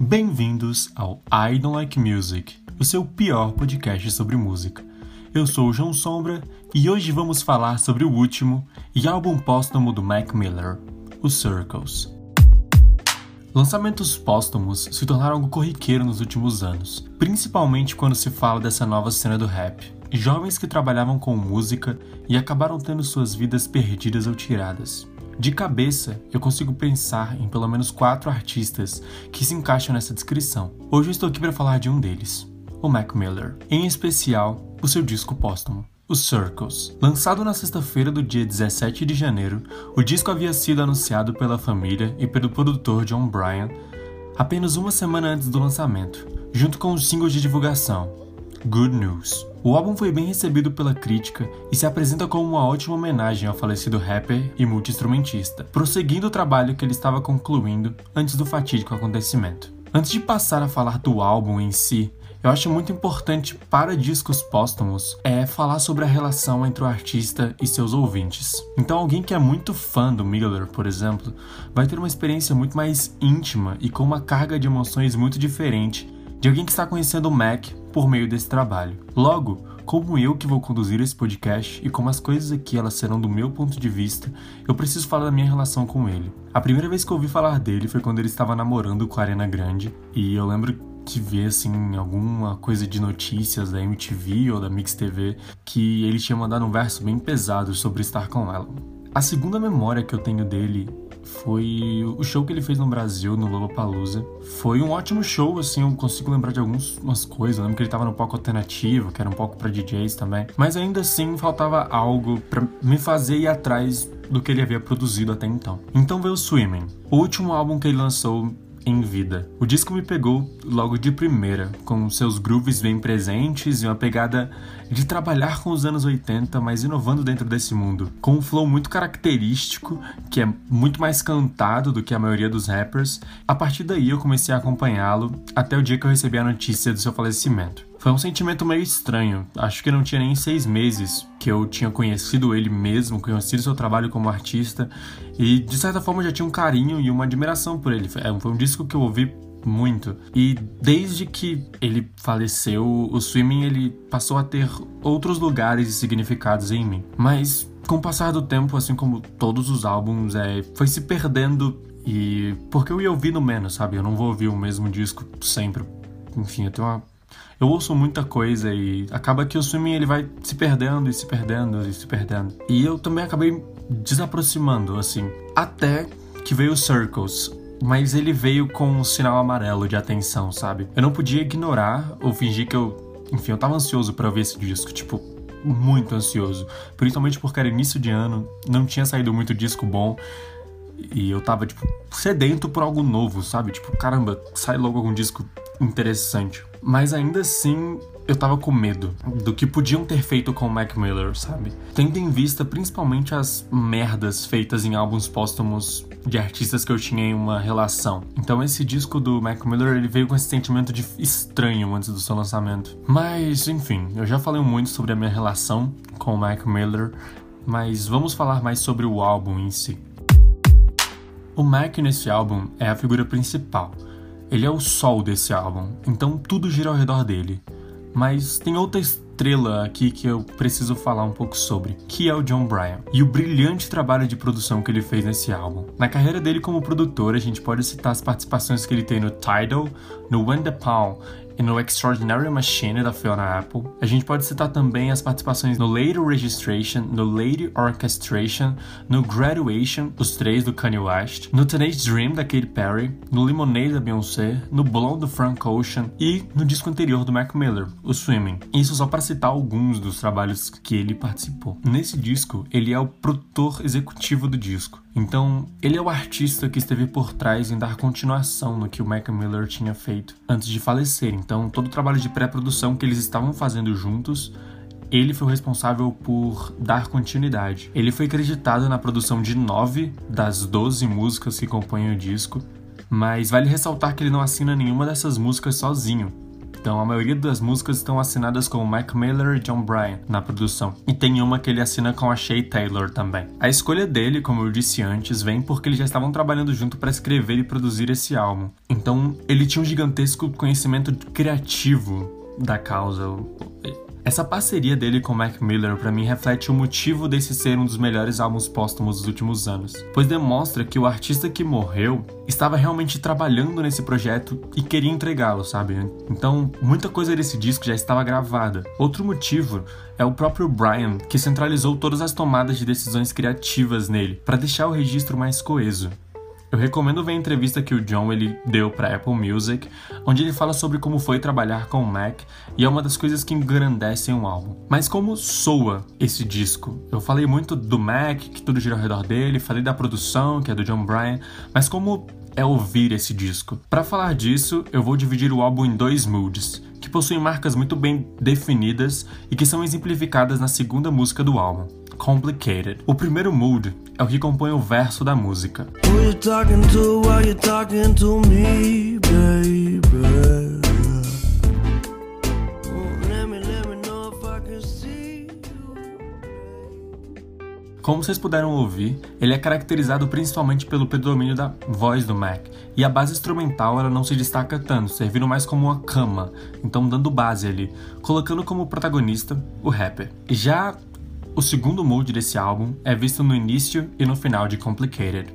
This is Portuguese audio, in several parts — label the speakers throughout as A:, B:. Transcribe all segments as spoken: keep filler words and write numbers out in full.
A: Bem-vindos ao I Don't Like Music, o seu pior podcast sobre música. Eu sou o João Sombra e hoje vamos falar sobre o último e álbum póstumo do Mac Miller, o Circles. Lançamentos póstumos se tornaram algo corriqueiro nos últimos anos, principalmente quando se fala dessa nova cena do rap. Jovens que trabalhavam com música e acabaram tendo suas vidas perdidas ou tiradas. De cabeça, eu consigo pensar em pelo menos quatro artistas que se encaixam nessa descrição. Hoje eu estou aqui para falar de um deles, o Mac Miller. Em especial, o seu disco póstumo, o Circles. Lançado na sexta-feira do dia dezessete de janeiro, o disco havia sido anunciado pela família e pelo produtor Jon Brion apenas uma semana antes do lançamento, junto com os singles de divulgação, Good News. O álbum foi bem recebido pela crítica e se apresenta como uma ótima homenagem ao falecido rapper e multi-instrumentista, prosseguindo o trabalho que ele estava concluindo antes do fatídico acontecimento. Antes de passar a falar do álbum em si, eu acho muito importante para discos póstumos é falar sobre a relação entre o artista e seus ouvintes. Então alguém que é muito fã do Miller, por exemplo, vai ter uma experiência muito mais íntima e com uma carga de emoções muito diferente de alguém que está conhecendo o Mac por meio desse trabalho. Logo, como eu que vou conduzir esse podcast e como as coisas aqui elas serão do meu ponto de vista, eu preciso falar da minha relação com ele. A primeira vez que eu ouvi falar dele foi quando ele estava namorando com a Ariana Grande, e eu lembro de ver assim alguma coisa de notícias da M T V ou da Mix T V que ele tinha mandado um verso bem pesado sobre estar com ela. A segunda memória que eu tenho dele foi o show que ele fez no Brasil, no Lollapalooza. Foi um ótimo show, assim, eu consigo lembrar de algumas coisas. Eu lembro que ele tava no palco alternativo, que era um pouco pra D Js também. Mas ainda assim, faltava algo pra me fazer ir atrás do que ele havia produzido até então. Então veio o Swimming, o último álbum que ele lançou em vida. O disco me pegou logo de primeira, com seus grooves bem presentes e uma pegada de trabalhar com os anos oitenta, mas inovando dentro desse mundo, com um flow muito característico, que é muito mais cantado do que a maioria dos rappers. A partir daí eu comecei a acompanhá-lo até o dia que eu recebi a notícia do seu falecimento. Foi um sentimento meio estranho, acho que não tinha nem seis meses que eu tinha conhecido ele mesmo, conhecido seu trabalho como artista, e de certa forma já tinha um carinho e uma admiração por ele. Foi um disco que eu ouvi muito, e desde que ele faleceu, o Swimming ele passou a ter outros lugares e significados em mim. Mas com o passar do tempo, assim como todos os álbuns, é, foi se perdendo, e porque eu ia ouvindo menos, sabe? Eu não vou ouvir o mesmo disco sempre. Enfim, eu tenho uma Eu ouço muita coisa e acaba que o Swimming ele vai se perdendo e se perdendo e se perdendo. E eu também acabei desaproximando, assim. Até que veio o Circles, mas ele veio com um sinal amarelo de atenção, sabe? Eu não podia ignorar ou fingir que eu... Enfim, eu tava ansioso pra ver esse disco, tipo, muito ansioso. Principalmente porque era início de ano, não tinha saído muito disco bom. E eu tava, tipo, sedento por algo novo, sabe? Tipo, caramba, sai logo algum disco interessante. Mas ainda assim, eu tava com medo do que podiam ter feito com o Mac Miller, sabe? Tendo em vista principalmente as merdas feitas em álbuns póstumos de artistas que eu tinha em uma relação. Então esse disco do Mac Miller, ele veio com esse sentimento de estranho antes do seu lançamento. Mas, enfim, eu já falei muito sobre a minha relação com o Mac Miller, mas vamos falar mais sobre o álbum em si. O Mac nesse álbum é a figura principal. Ele é o sol desse álbum, então tudo gira ao redor dele. Mas tem outra estrela aqui que eu preciso falar um pouco sobre, que é o Jon Brion, e o brilhante trabalho de produção que ele fez nesse álbum. Na carreira dele como produtor, a gente pode citar as participações que ele tem no Tidal, no When the Palm e no Extraordinary Machine da Fiona Apple. A gente pode citar também as participações no Lady Registration, no Lady Orchestration, no Graduation, os três do Kanye West, no Teenage Dream da Katy Perry, no Lemonade da Beyoncé, no Blonde do Frank Ocean e no disco anterior do Mac Miller, o Swimming. Isso só para citar alguns dos trabalhos que ele participou. Nesse disco, ele é o produtor executivo do disco. Então, ele é o artista que esteve por trás em dar continuação no que o Mac Miller tinha feito antes de falecer. Então, todo o trabalho de pré-produção que eles estavam fazendo juntos, ele foi o responsável por dar continuidade. Ele foi acreditado na produção de nove das doze músicas que compõem o disco, mas vale ressaltar que ele não assina nenhuma dessas músicas sozinho. Então a maioria das músicas estão assinadas com o Mac Miller e Jon Brion na produção. E tem uma que ele assina com a Shay Taylor também. A escolha dele, como eu disse antes, vem porque eles já estavam trabalhando junto para escrever e produzir esse álbum. Então ele tinha um gigantesco conhecimento criativo da causa. Essa parceria dele com Mac Miller, pra mim, reflete o motivo desse ser um dos melhores álbuns póstumos dos últimos anos, pois demonstra que o artista que morreu estava realmente trabalhando nesse projeto e queria entregá-lo, sabe? Então, muita coisa desse disco já estava gravada. Outro motivo é o próprio Brian, que centralizou todas as tomadas de decisões criativas nele, para deixar o registro mais coeso. Eu recomendo ver a entrevista que o Jon ele deu para Apple Music, onde ele fala sobre como foi trabalhar com o Mac, e é uma das coisas que engrandecem o álbum. Mas como soa esse disco? Eu falei muito do Mac, que tudo gira ao redor dele, falei da produção, que é do Jon Brion, mas como é ouvir esse disco? Para falar disso, eu vou dividir o álbum em dois moods, que possuem marcas muito bem definidas e que são exemplificadas na segunda música do álbum, Complicated. O primeiro mood é o que compõe o verso da música. Who you talking to while you talking to me, baby? Como vocês puderam ouvir, ele é caracterizado principalmente pelo predomínio da voz do Mac, e a base instrumental ela não se destaca tanto, servindo mais como uma cama, então dando base ali, colocando como protagonista o rapper. Já o segundo mood desse álbum é visto no início e no final de Complicated.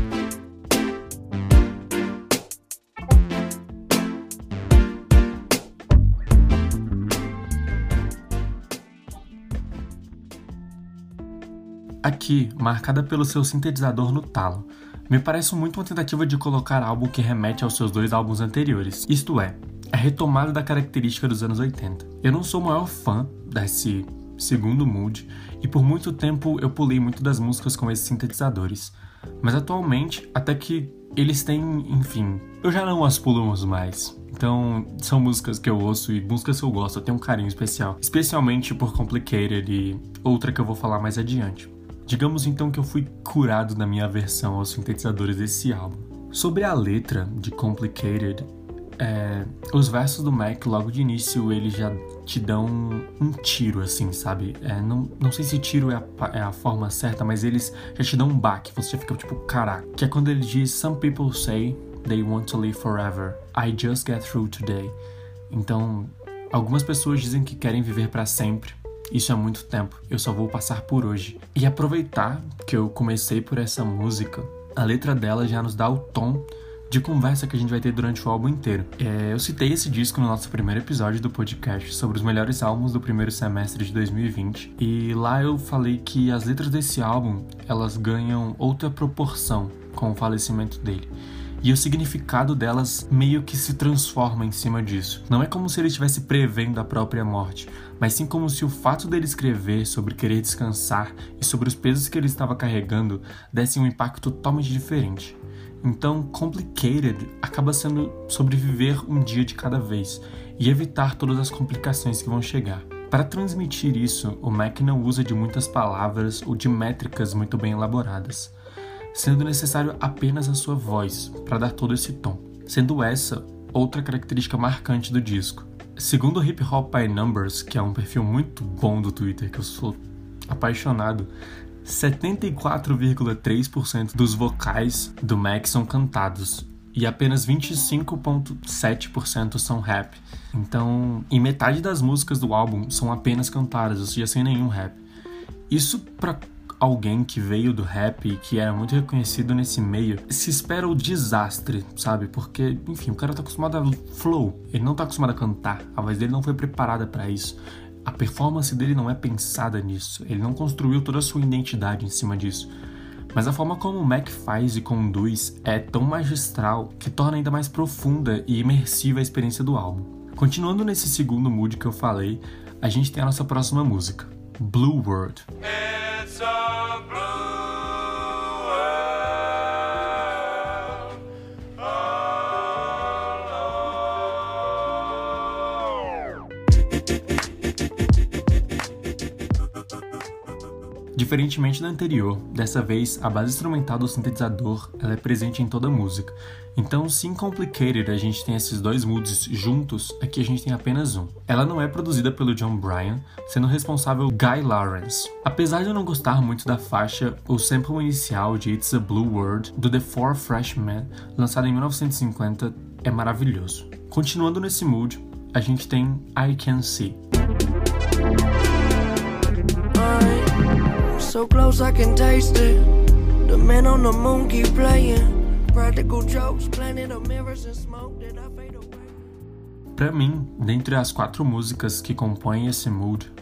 A: Aqui, marcada pelo seu sintetizador no talo, me parece muito uma tentativa de colocar algo que remete aos seus dois álbuns anteriores, isto é, a retomada da característica dos anos oitenta. Eu não sou o maior fã desse segundo mood, e por muito tempo eu pulei muito das músicas com esses sintetizadores, mas atualmente, até que eles têm, enfim, eu já não as pulo mais. Então, são músicas que eu ouço e músicas que eu gosto, eu tenho um carinho especial, especialmente por Complicated e outra que eu vou falar mais adiante. Digamos então que eu fui curado na minha aversão aos sintetizadores desse álbum. Sobre a letra de Complicated, é, os versos do Mac, logo de início, eles já te dão um tiro, assim, sabe? É, não, não sei se tiro é a, é a forma certa, mas eles já te dão um baque, você já fica tipo, caraca. Que é quando ele diz, Some people say they want to live forever, I just get through today. Então, algumas pessoas dizem que querem viver pra sempre. Isso é muito tempo, eu só vou passar por hoje. E aproveitar que eu comecei por essa música, a letra dela já nos dá o tom de conversa que a gente vai ter durante o álbum inteiro. É, eu citei esse disco no nosso primeiro episódio do podcast sobre os melhores álbuns do primeiro semestre de dois mil e vinte, e lá eu falei que as letras desse álbum, elas ganham outra proporção com o falecimento dele. E o significado delas meio que se transforma em cima disso. Não é como se ele estivesse prevendo a própria morte, mas sim como se o fato dele escrever sobre querer descansar e sobre os pesos que ele estava carregando desse um impacto totalmente diferente. Então, Complicated acaba sendo sobreviver um dia de cada vez e evitar todas as complicações que vão chegar. Para transmitir isso, o Mac não usa de muitas palavras ou de métricas muito bem elaboradas, sendo necessário apenas a sua voz para dar todo esse tom, sendo essa outra característica marcante do disco. Segundo o Hip Hop by Numbers, que é um perfil muito bom do Twitter, que eu sou apaixonado, setenta e quatro vírgula três por cento dos vocais do Mac são cantados e apenas vinte e cinco vírgula sete por cento são rap. Então, em metade das músicas do álbum são apenas cantadas, ou seja, sem nenhum rap. Isso para alguém que veio do rap e que era muito reconhecido nesse meio, se espera o desastre, sabe? Porque, enfim, o cara tá acostumado a flow, ele não tá acostumado a cantar, a voz dele não foi preparada pra isso, a performance dele não é pensada nisso, ele não construiu toda a sua identidade em cima disso. Mas a forma como o Mac faz e conduz é tão magistral que torna ainda mais profunda e imersiva a experiência do álbum. Continuando nesse segundo mood que eu falei, a gente tem a nossa próxima música, Blue World. It's a blue world. Oh, Diferentemente da anterior, dessa vez a base instrumental do sintetizador ela é presente em toda a música. Então, se em Complicated a gente tem esses dois moods juntos, aqui a gente tem apenas um. Ela não é produzida pelo Jon Brion, sendo responsável Guy Lawrence. Apesar de eu não gostar muito da faixa, o sample inicial de It's a Blue World, do The Four Freshmen, lançado em mil novecentos e cinquenta, é maravilhoso. Continuando nesse mood, a gente tem I Can See.
B: So close I can taste it. The man on the moon keep playing. Practical jokes, planet of mirrors and smoke that I fade away.
A: Pra mim, dentre as quatro músicas que compõem esse mood,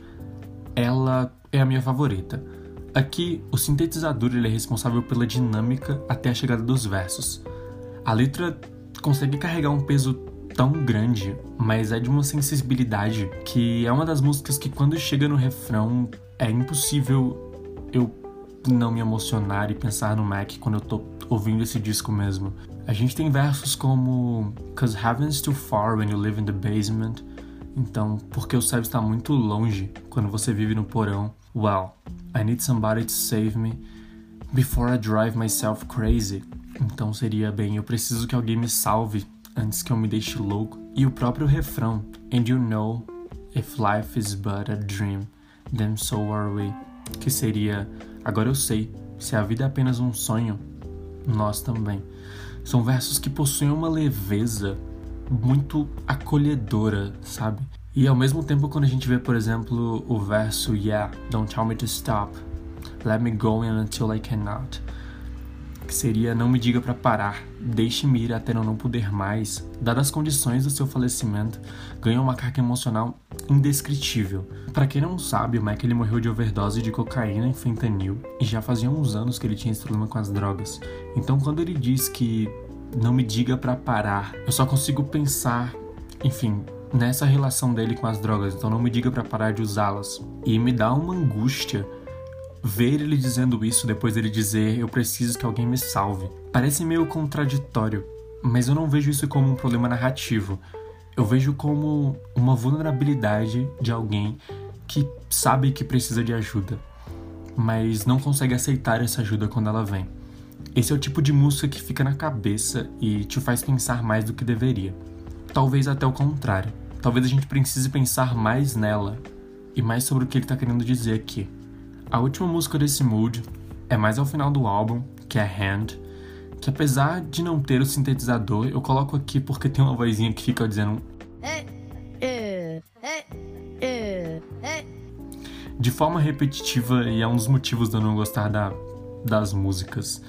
A: ela é a minha favorita. Aqui, o sintetizador ele é responsável pela dinâmica até a chegada dos versos. A letra consegue carregar um peso tão grande, mas é de uma sensibilidade que é uma das músicas que quando chega no refrão é impossível eu não me emocionar e pensar no Mac quando eu tô ouvindo esse disco mesmo. A gente tem versos como "Cause heaven's too far when you live in the basement", então, porque o céu está muito longe quando você vive no porão. "Well, I need somebody to save me before I drive myself crazy", então seria bem, eu preciso que alguém me salve antes que eu me deixe louco. E o próprio refrão, "And you know, if life is but a dream, then so are we", que seria, agora eu sei, se a vida é apenas um sonho, nós também. São versos que possuem uma leveza muito acolhedora, sabe? E ao mesmo tempo, quando a gente vê, por exemplo, o verso "Yeah, don't tell me to stop, let me go until I cannot", que seria "não me diga pra parar, deixe-me ir até eu não poder mais", dadas as condições do seu falecimento, ganhou uma carga emocional indescritível. Pra quem não sabe, o Mac ele morreu de overdose de cocaína e fentanil, e já fazia uns anos que ele tinha esse problema com as drogas. Então quando ele diz que "não me diga pra parar", eu só consigo pensar, enfim, nessa relação dele com as drogas, então não me diga pra parar de usá-las. E me dá uma angústia ver ele dizendo isso depois dele dizer "eu preciso que alguém me salve". Parece meio contraditório, mas eu não vejo isso como um problema narrativo. Eu vejo como uma vulnerabilidade de alguém que sabe que precisa de ajuda, mas não consegue aceitar essa ajuda quando ela vem. Esse é o tipo de música que fica na cabeça e te faz pensar mais do que deveria. Talvez até o contrário. Talvez a gente precise pensar mais nela e mais sobre o que ele está querendo dizer aqui. A última música desse mood é mais ao final do álbum, que é Hand, que apesar de não ter o sintetizador, eu coloco aqui porque tem uma vozinha que fica dizendo de forma repetitiva, e é um dos motivos de eu não gostar da, das músicas.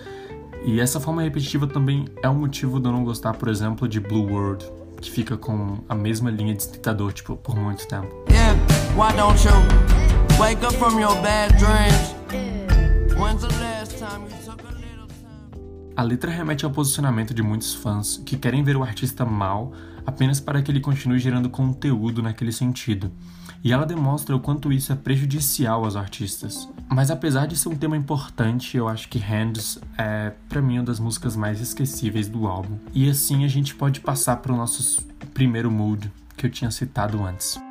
A: E essa forma repetitiva também é um motivo de eu não gostar, por exemplo, de Blue World, que fica com a mesma linha de sintetizador, tipo, por muito tempo.
B: Yeah, why don't you wake up from your bad dreams? When's the last time you took a little time?
A: A letra remete ao posicionamento de muitos fãs que querem ver o artista mal apenas para que ele continue gerando conteúdo naquele sentido. E ela demonstra o quanto isso é prejudicial aos artistas. Mas apesar de ser um tema importante, eu acho que Hands é, pra mim, uma das músicas mais esquecíveis do álbum. E assim a gente pode passar para o nosso primeiro mood, que eu tinha citado antes.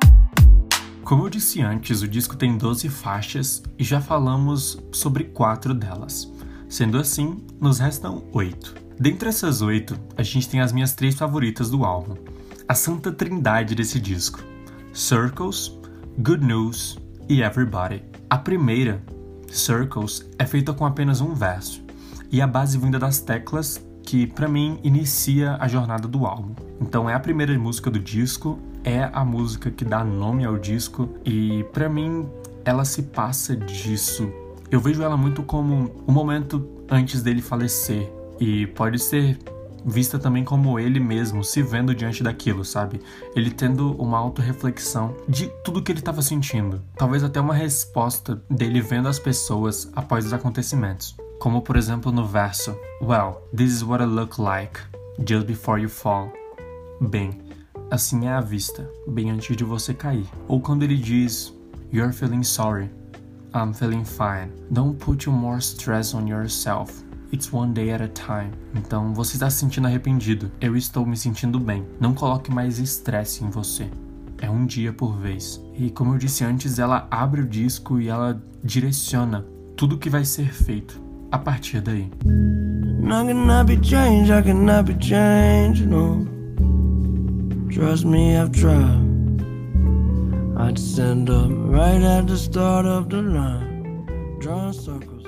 A: Como eu disse antes, o disco tem doze faixas e já falamos sobre quatro delas. Sendo assim, nos restam oito. Dentre essas oito, a gente tem as minhas três favoritas do álbum. A santa trindade desse disco: Circles, Good News e Everybody. A primeira, Circles, é feita com apenas um verso, e a base vinda das teclas que, pra mim, inicia a jornada do álbum. Então é a primeira música do disco, é a música que dá nome ao disco, e pra mim ela se passa disso. Eu vejo ela muito como o momento antes dele falecer, e pode ser vista também como ele mesmo se vendo diante daquilo, sabe? Ele tendo uma autorreflexão de tudo que ele estava sentindo. Talvez até uma resposta dele vendo as pessoas após os acontecimentos. Como, por exemplo, no verso "Well, this is what I look like, just before you fall". Bem, assim é a vista, bem antes de você cair. Ou quando ele diz "You're feeling sorry, I'm feeling fine. Don't put more stress on yourself. It's one day at a time". Então, você está se sentindo arrependido. Eu estou me sentindo bem. Não coloque mais estresse em você. É um dia por vez. E como eu disse antes, ela abre o disco e ela direciona tudo que vai ser feito a partir daí.
B: I cannot be changed, I cannot be changed, no. Trust me, I've tried. I'd stand up right at the start of the line, drawing circles.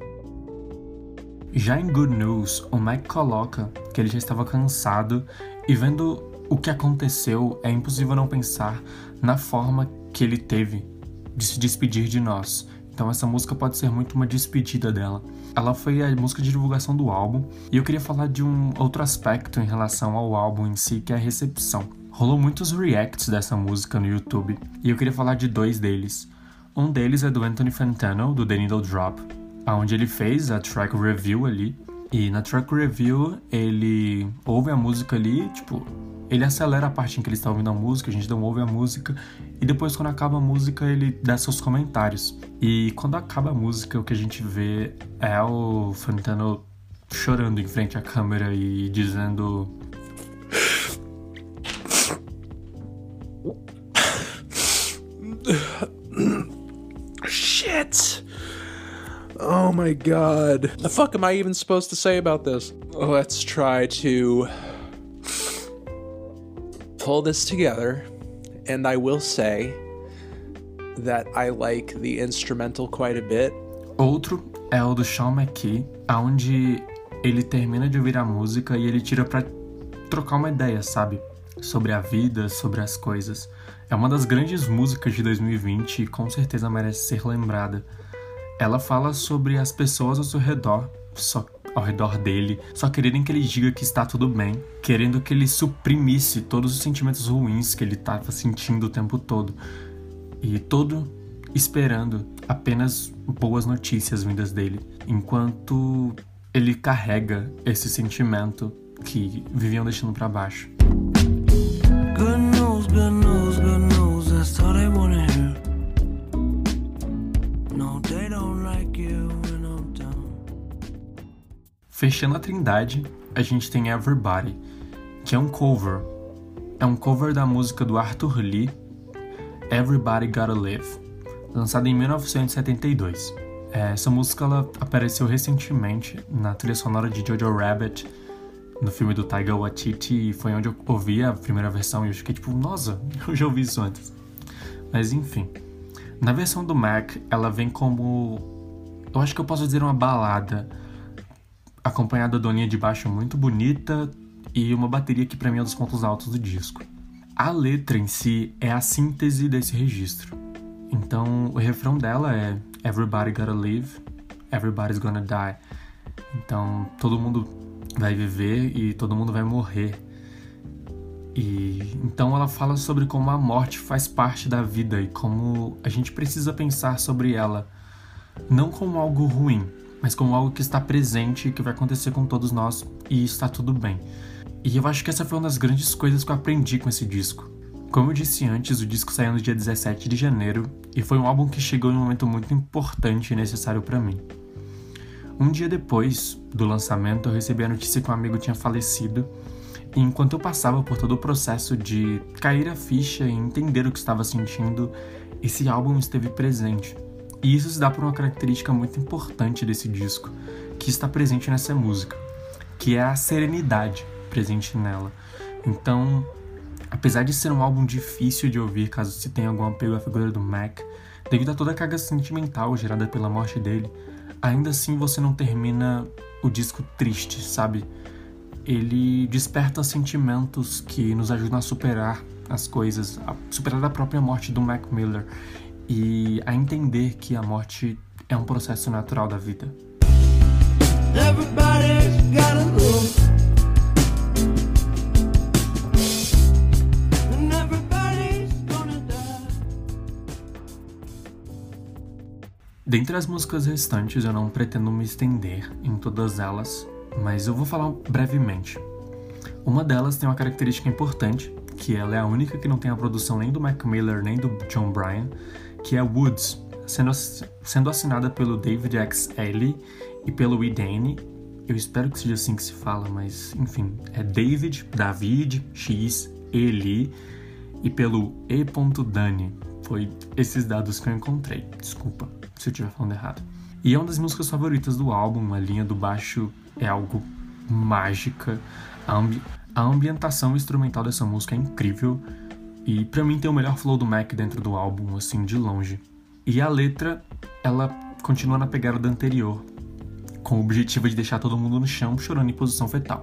A: Já em Good News, o Mac coloca que ele já estava cansado e vendo o que aconteceu, é impossível não pensar na forma que ele teve de se despedir de nós. Então essa música pode ser muito uma despedida dela. Ela foi a música de divulgação do álbum, e eu queria falar de um outro aspecto em relação ao álbum em si, que é a recepção. Rolou muitos reacts dessa música no YouTube, e eu queria falar de dois deles. Um deles é do Anthony Fantano, do The Needle Drop, onde ele fez a track review ali, e na track review ele ouve a música ali, tipo, ele acelera a parte em que ele está ouvindo a música, a gente não ouve a música, e depois quando acaba a música ele dá seus comentários. E quando acaba a música, o que a gente vê é o Fantano chorando em frente à câmera e dizendo...
C: Shit! Oh my god. The fuck am I even supposed to say about this? Let's try to pull this together, and I will say that I like the instrumental quite a bit.
A: Outro é o do Sean McKee, onde ele termina de ouvir a música e ele tira pra trocar uma ideia, sabe? Sobre a vida, sobre as coisas. É uma das grandes músicas de dois mil e vinte e com certeza merece ser lembrada. Ela fala sobre as pessoas ao seu redor, só ao redor dele, só quererem que ele diga que está tudo bem, querendo que ele suprimisse todos os sentimentos ruins que ele estava sentindo o tempo todo. E todo esperando apenas boas notícias vindas dele, enquanto ele carrega esse sentimento que viviam deixando pra baixo.
B: Good news, good news, good news, that's all they wanna hear. No, they don't like you when I'm down.
A: Fechando a trindade, a gente tem Everybody, que é um cover. É um cover da música do Arthur Lee, Everybody Gotta Live, lançada em mil novecentos e setenta e dois. Essa música ela apareceu recentemente na trilha sonora de Jojo Rabbit, no filme do Taika Waititi, e foi onde eu ouvi a primeira versão e eu fiquei tipo, nossa, eu já ouvi isso antes. Mas enfim, na versão do Mac, ela vem como, eu acho que eu posso dizer uma balada, acompanhada de uma linha de baixo muito bonita e uma bateria que pra mim é um dos pontos altos do disco. A letra em si é a síntese desse registro. Então, o refrão dela é Everybody gotta live, everybody's gonna die. Então, todo mundo vai viver e todo mundo vai morrer. E então ela fala sobre como a morte faz parte da vida e como a gente precisa pensar sobre ela, não como algo ruim, mas como algo que está presente e que vai acontecer com todos nós e está tudo bem. E eu acho que essa foi uma das grandes coisas que eu aprendi com esse disco. Como eu disse antes, o disco saiu no dia dezessete de janeiro e foi um álbum que chegou em um momento muito importante e necessário para mim. Um dia depois do lançamento, eu recebi a notícia que um amigo tinha falecido, e enquanto eu passava por todo o processo de cair a ficha e entender o que estava sentindo, esse álbum esteve presente. E isso se dá por uma característica muito importante desse disco, que está presente nessa música, que é a serenidade presente nela. Então, apesar de ser um álbum difícil de ouvir caso se tenha algum apego à figura do Mac, devido a toda a carga sentimental gerada pela morte dele, ainda assim você não termina o disco triste, sabe? Ele desperta sentimentos que nos ajudam a superar as coisas, a superar a própria morte do Mac Miller e a entender que a morte é um processo natural da vida.
B: Everybody's gotta live. And everybody's gonna die.
A: Dentre as músicas restantes, eu não pretendo me estender em todas elas, mas eu vou falar brevemente. Uma delas tem uma característica importante, que ela é a única que não tem a produção nem do Mac Miller nem do Jon Brion, que é Woods, sendo, sendo assinada pelo David X. Ely e pelo E. Danny. Eu espero que seja assim que se fala, mas enfim, é David, David, X, Ely e pelo E. Danny. Foi esses dados que eu encontrei, desculpa se eu estiver falando errado. E é uma das músicas favoritas do álbum. A linha do baixo é algo mágica. A, ambi- a ambientação instrumental dessa música é incrível. E pra mim tem o melhor flow do Mac dentro do álbum, assim, de longe. E a letra, ela continua na pegada da anterior, com o objetivo de deixar todo mundo no chão chorando em posição fetal.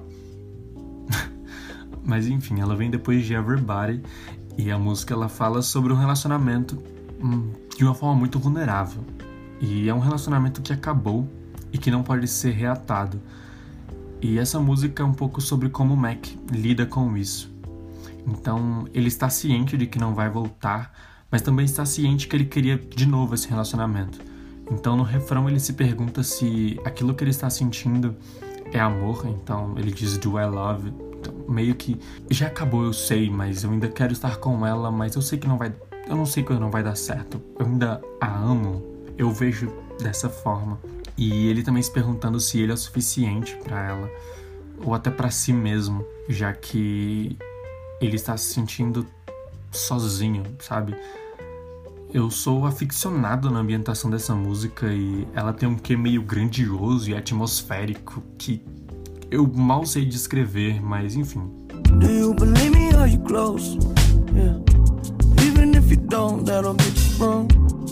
A: Mas enfim, ela vem depois de Everybody. E a música, ela fala sobre um relacionamento hum, de uma forma muito vulnerável. E é um relacionamento que acabou e que não pode ser reatado. E essa música é um pouco sobre como o Mac lida com isso. Então, ele está ciente de que não vai voltar, mas também está ciente que ele queria de novo esse relacionamento. Então, no refrão, ele se pergunta se aquilo que ele está sentindo é amor. Então, ele diz Do I Love? Então, meio que já acabou, eu sei, mas eu ainda quero estar com ela, mas eu sei que não vai, eu não sei que não vai dar certo. Eu ainda a amo. Eu vejo dessa forma. E ele também se perguntando se ele é o suficiente para ela, ou até para si mesmo, já que ele está se sentindo sozinho, sabe? Eu sou aficionado na ambientação dessa música e ela tem um quê meio grandioso e atmosférico que eu mal sei descrever, mas enfim.
B: Do you believe me or you close? Yeah. Even if you don't, that'll get you wrong.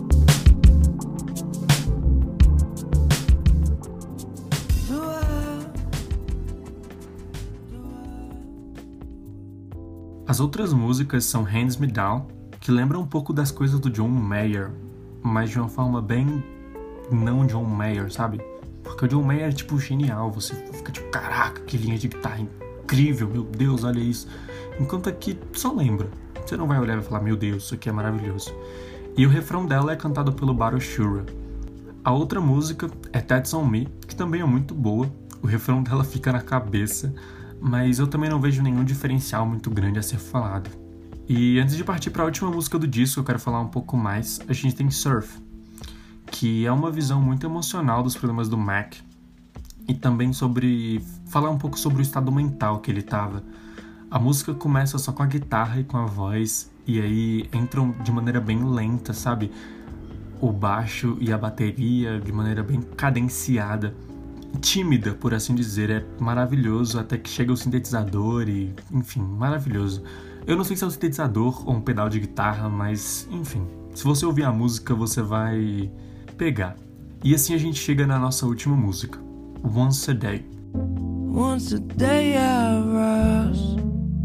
A: As outras músicas são Hands Me Down, que lembra um pouco das coisas do John Mayer, mas de uma forma bem não John Mayer, sabe? Porque o John Mayer é tipo genial, você fica tipo, caraca, que linha de guitarra incrível, meu Deus, olha isso. Enquanto aqui só lembra, você não vai olhar e vai falar, meu Deus, isso aqui é maravilhoso. E o refrão dela é cantado pelo Baro Shura. A outra música é That's On Me, que também é muito boa, o refrão dela fica na cabeça, mas eu também não vejo nenhum diferencial muito grande a ser falado. E antes de partir para a última música do disco, eu quero falar um pouco mais. A gente tem Surf, que é uma visão muito emocional dos problemas do Mac e também sobre falar um pouco sobre o estado mental que ele estava. A música começa só com a guitarra e com a voz e aí entram de maneira bem lenta, sabe? O baixo e a bateria de maneira bem cadenciada. Tímida, por assim dizer, é maravilhoso até que chega o sintetizador e, enfim, maravilhoso. Eu não sei se é um sintetizador ou um pedal de guitarra, mas, enfim, se você ouvir a música, você vai pegar. E assim a gente chega na nossa última música, Once a Day.
B: Once a day I rise,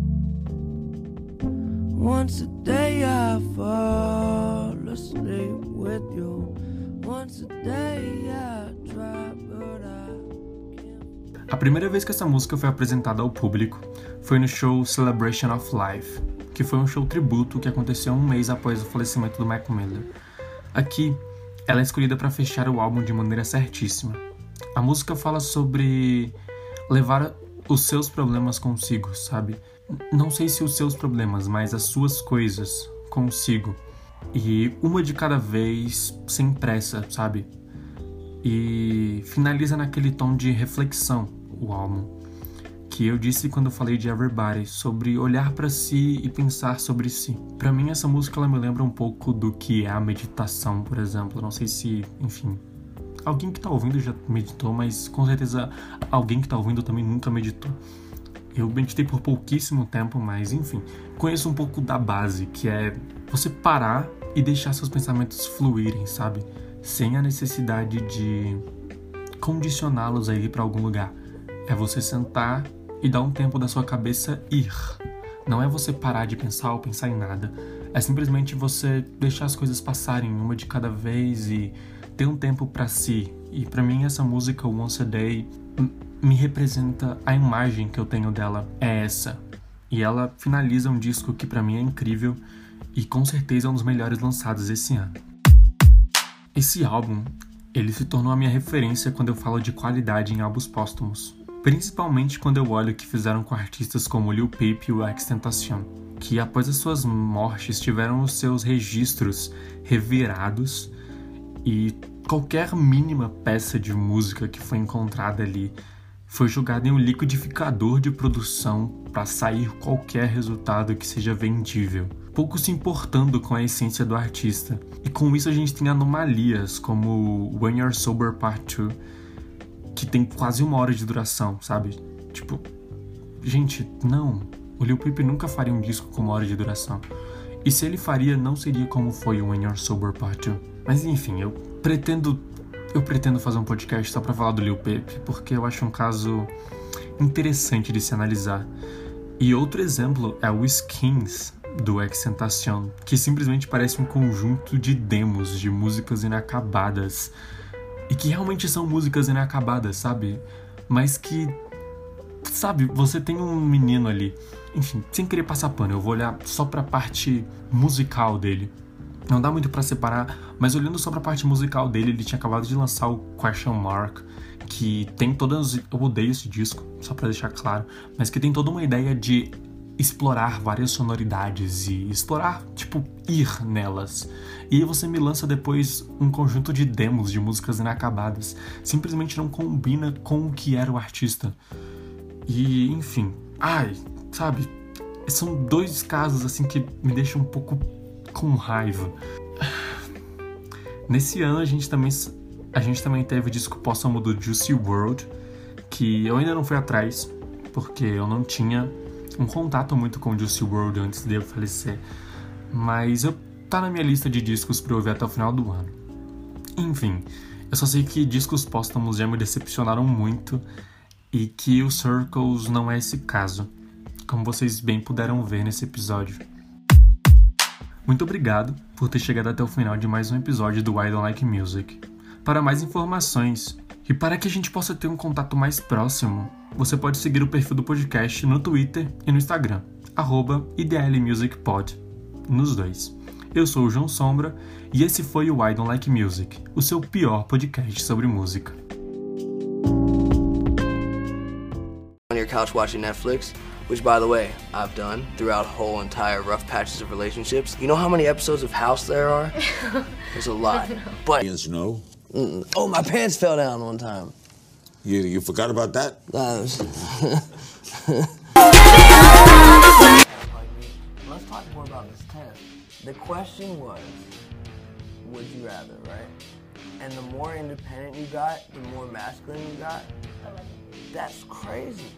B: once a day I fall asleep with you, once a day I try but I...
A: A primeira vez que essa música foi apresentada ao público foi no show Celebration of Life, que foi um show tributo que aconteceu um mês após o falecimento do Mac Miller. Aqui, ela é escolhida para fechar o álbum de maneira certíssima. A música fala sobre levar os seus problemas consigo, sabe? Não sei se os seus problemas, mas as suas coisas consigo. E uma de cada vez, sem pressa, sabe? E finaliza naquele tom de reflexão o álbum, que eu disse quando eu falei de Everybody, sobre olhar pra si e pensar sobre si. Pra mim essa música ela me lembra um pouco do que é a meditação, por exemplo. Não sei se, enfim, alguém que tá ouvindo já meditou, mas com certeza alguém que tá ouvindo também nunca meditou. Eu meditei por pouquíssimo tempo, mas enfim, conheço um pouco da base, que é você parar e deixar seus pensamentos fluírem, sabe? Sem a necessidade de condicioná-los a ir pra algum lugar. É você sentar e dar um tempo da sua cabeça ir. Não é você parar de pensar ou pensar em nada. É simplesmente você deixar as coisas passarem uma de cada vez e ter um tempo pra si. E pra mim essa música, Once a Day, m- me representa a imagem que eu tenho dela. É essa. E ela finaliza um disco que pra mim é incrível e com certeza é um dos melhores lançados esse ano. Esse álbum, ele se tornou a minha referência quando eu falo de qualidade em álbuns póstumos. Principalmente quando eu olho o que fizeram com artistas como Lil Peep e o XXXTentacion, que após as suas mortes tiveram os seus registros revirados e qualquer mínima peça de música que foi encontrada ali foi jogado em um liquidificador de produção para sair qualquer resultado que seja vendível, pouco se importando com a essência do artista. E com isso a gente tem anomalias como When You're Sober Part dois, que tem quase uma hora de duração, sabe? Tipo, gente, não, o Lil Peep nunca faria um disco com uma hora de duração. E se ele faria, não seria como foi o When You're Sober Part dois. Mas enfim, eu pretendo eu pretendo fazer um podcast só pra falar do Lil Peep, porque eu acho um caso interessante de se analisar. E outro exemplo é o Skins, do XXXTentacion, que simplesmente parece um conjunto de demos de músicas inacabadas. E que realmente são músicas inacabadas, sabe? Mas que, sabe, você tem um menino ali. Enfim, sem querer passar pano, eu vou olhar só pra parte musical dele. Não dá muito pra separar, mas olhando só pra parte musical dele, ele tinha acabado de lançar o Question Mark, que tem todas... Eu odeio esse disco, só pra deixar claro, mas que tem toda uma ideia de explorar várias sonoridades e explorar, tipo, ir nelas. E aí você me lança depois um conjunto de demos de músicas inacabadas. Simplesmente não combina com o que era o artista. E, enfim, ai, sabe? São dois casos, assim, que me deixam um pouco com raiva. Nesse ano a gente também a gente também teve o disco póstumo do Juicy world, que eu ainda não fui atrás, porque eu não tinha um contato muito com o Juicy world antes de eu falecer, mas eu tá na minha lista de discos pra eu ouvir até o final do ano. Enfim, eu só sei que discos póstumos já me decepcionaram muito e que o Circles não é esse caso, como vocês bem puderam ver nesse episódio. Muito obrigado por ter chegado até o final de mais um episódio do I Don't Like Music. Para mais informações e para que a gente possa ter um contato mais próximo, você pode seguir o perfil do podcast no Twitter e no Instagram, arroba I D L Music Pod, nos dois. Eu sou o João Sombra e esse foi o I Don't Like Music, o seu pior podcast sobre música.
B: On your couch watching Netflix, which by the way, I've done throughout whole entire rough patches of relationships. You know how many episodes of House there are? There's a lot. But
D: no.
B: Mm-mm. Oh, my pants fell down one time.
D: You you forgot about that?
B: Uh, Let's talk more about this test. The question was, would you rather, right? And the more independent you got, the more masculine you got. That's crazy.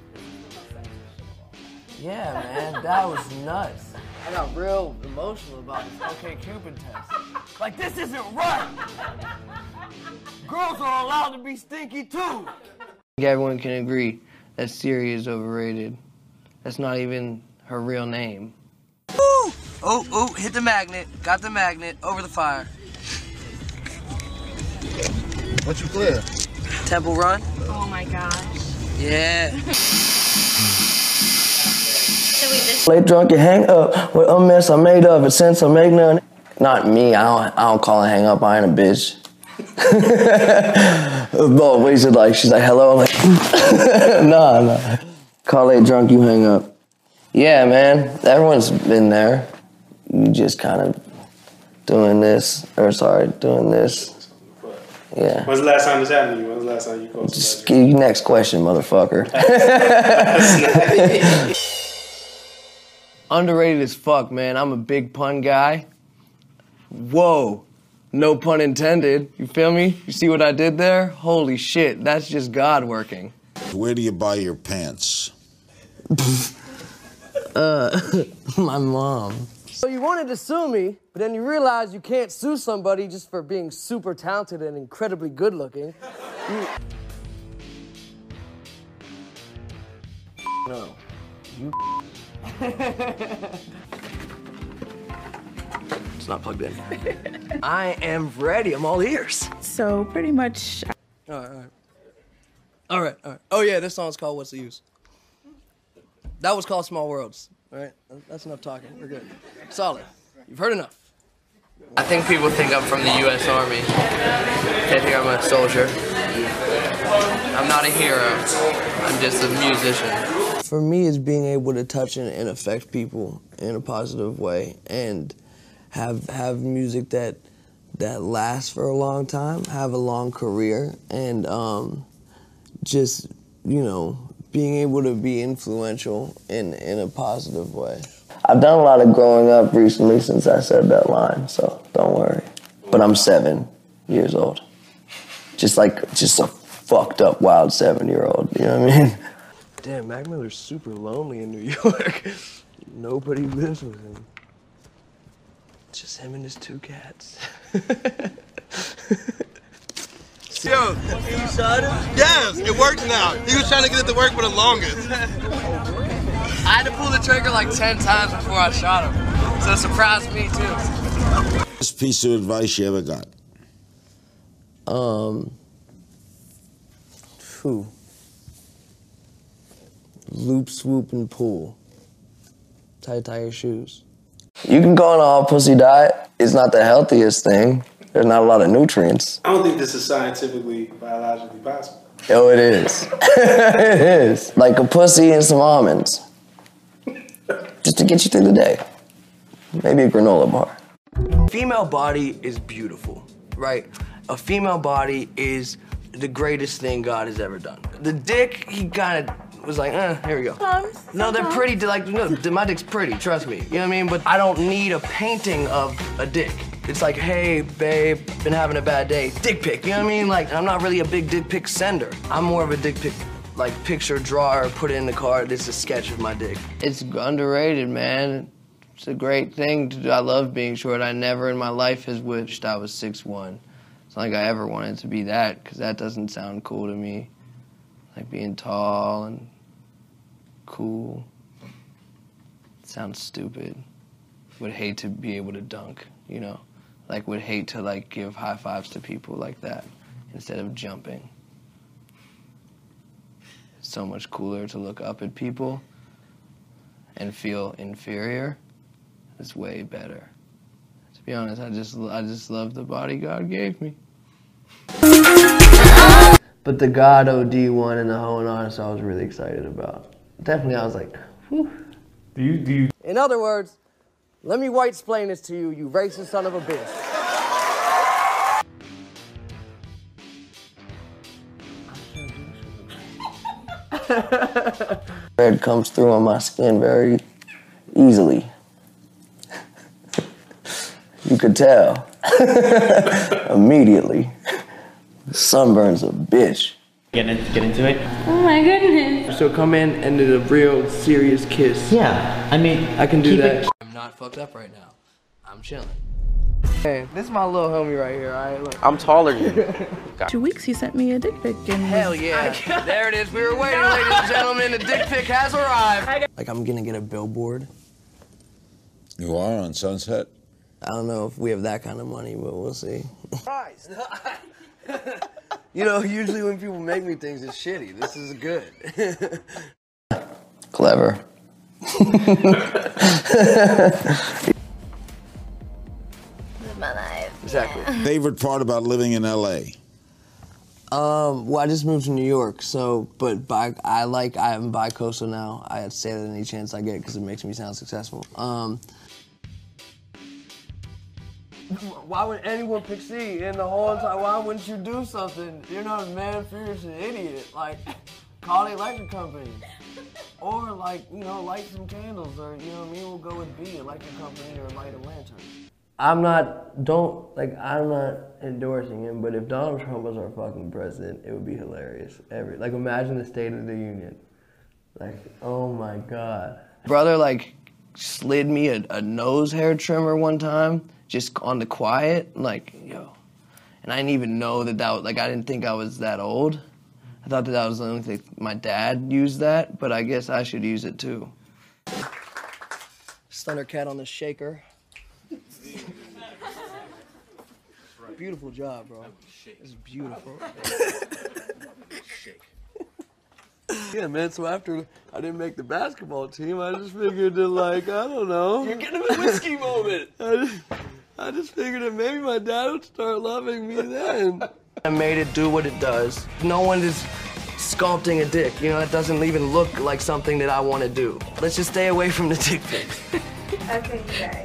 B: Yeah, man, that was nuts. I got real emotional about this OkCupid test. Like, this isn't right. Girls are allowed to be stinky too. I think everyone can agree that Siri is overrated. That's not even her real name. Woo! Oh, oh, hit the magnet. Got the magnet. Over the fire.
D: What you clear?
B: Temple Run.
E: Oh my gosh.
B: Yeah.
F: Late drunk, you hang up with a mess I made of it since I make none. Not me, I don't, I don't call and hang up, I ain't a bitch. But what is it like? She's like, hello? I'm like, nah, nah. Call late drunk, you hang up. Yeah, man, everyone's been there. You just kind of doing this, or sorry, doing this. Yeah.
G: When's the last time this happened to you? When's the last time you called
F: Just next question, motherfucker. Underrated as fuck, man. I'm a big pun guy. Whoa. No pun intended. You feel me? You see what I did there? Holy shit. That's just God working.
D: Where do you buy your pants?
F: uh, my mom. So you wanted to sue me, but then you realize you can't sue somebody just for being super talented and incredibly good looking. You... No. You... It's not plugged in. I am ready. I'm all ears.
E: So pretty much.
F: All right, all right. All right, all right. Oh yeah, this song's called What's the Use? That was called Small Worlds. All right, that's enough talking. We're good. Solid. You've heard enough. I think people think I'm from the U S Army. They think I'm a soldier. I'm not a hero. I'm just a musician. For me, it's being able to touch and, and affect people in a positive way, and have have music that that lasts for a long time, have a long career, and um, just you know, being able to be influential in, in a positive way. I've done a lot of growing up recently since I said that line, so don't worry. But I'm seven years old. Just like, just a fucked up, wild seven-year-old, you know what I mean? Damn, Mac Miller's super lonely in New York. Nobody lives with him. It's just him and his two cats.
H: Yo, you shot him? Yes, it works now. He was trying to get it to work for the longest.
F: I had to pull the trigger like ten times before I shot him, so it surprised me too.
D: Best piece of advice you ever got?
F: Um, phew. Loop, swoop, and pull. Tie, tie your shoes. You can go on an all-pussy diet. It's not the healthiest thing. There's not a lot of nutrients.
G: I don't think this is scientifically, biologically possible.
F: Oh, it is. It is. Like a pussy and some almonds. Just to get you through the day. Maybe a granola bar. Female body is beautiful, right? A female body is the greatest thing God has ever done. The dick, he kind of was like, eh, here we go.
E: Sometimes,
F: no, they're
E: sometimes.
F: pretty, like, no, my dick's pretty, trust me. You know what I mean? But I don't need a painting of a dick. It's like, hey, babe, been having a bad day. Dick pic, you know what I mean? Like, I'm not really a big dick pic sender. I'm more of a dick pic, like, picture drawer, put it in the card. It's a sketch of my dick. It's underrated, man. It's a great thing to do. I love being short. I never in my life has wished I was six one. It's not like I ever wanted to be that, because that doesn't sound cool to me. Like being tall and cool. It sounds stupid. Would hate to be able to dunk, you know? Like, would hate to, like, give high fives to people like that instead of jumping. It's so much cooler to look up at people and feel inferior. It's way better. To be honest, I just, I just love the body God gave me. But the God O D one and the Ho and Honest I was really excited about. Definitely, I was like, whew.
A: Do you, do you...
F: In other words, let me white-splain this to you, you racist son of a bitch. Red comes through on my skin very easily. You could tell. Immediately. Sunburn's a bitch.
I: Get, in, get into it?
E: Oh my goodness.
F: So come in and do a real serious kiss.
I: Yeah, I mean,
F: I can do that.
I: it-
F: I'm not fucked up right now. I'm chilling. Hey, this is my little homie right here, alright? Look.
C: I'm taller than you.
E: Two weeks he sent me a dick pic and
F: Hell yeah. There it is. We were waiting, ladies and gentlemen. The dick pic has arrived. Like, I'm gonna get a billboard.
D: You are on Sunset?
F: I don't know if we have that kind of money, but we'll see. You know, usually when people make me things, it's shitty. This is good. Clever.
J: My life.
F: Exactly.
D: Favorite part about living in L A?
F: Um, well, I just moved to New York, so, but bi I like, I am bi-coastal now. I say that any chance I get because it makes me sound successful. Um, why would anyone pick C in the whole time? Why wouldn't you do something? You're not a man, furious, an idiot. Like, call the electric company. Or, like, you know, light some candles, or, you know what I mean? We'll go with B, electric company, or light a lantern. I'm not, don't, like, I'm not endorsing him, but if Donald Trump was our fucking president, it would be hilarious. Every, like, imagine the State of the Union. Like, oh my God. Brother, like, slid me a, a nose hair trimmer one time, just on the quiet, like, yo. And I didn't even know that that was, like, I didn't think I was that old. I thought that that was the only thing, my dad used that, but I guess I should use it too. Stunner cat on the shaker. Beautiful job, bro. It's beautiful. Shake. Yeah, man, so after I didn't make the basketball team, I just figured that, like, I don't know. You're getting a whiskey moment. I just, I just figured that maybe my dad would start loving me then. I made it do what it does. No one is sculpting a dick, you know, it doesn't even look like something that I want to do. Let's just stay away from the dick pics.
J: Okay, you guys.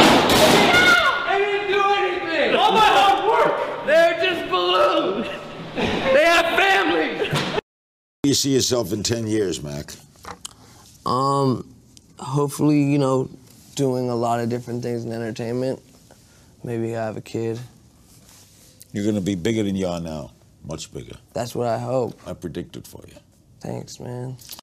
F: I didn't do anything! All my hard work! They're just balloons!
D: you see yourself in ten years, Mac?
F: Um, hopefully, you know, doing a lot of different things in entertainment. Maybe I have a kid.
D: You're going to be bigger than you are now. Much bigger.
F: That's what I hope.
D: I predict it for you.
F: Thanks, man.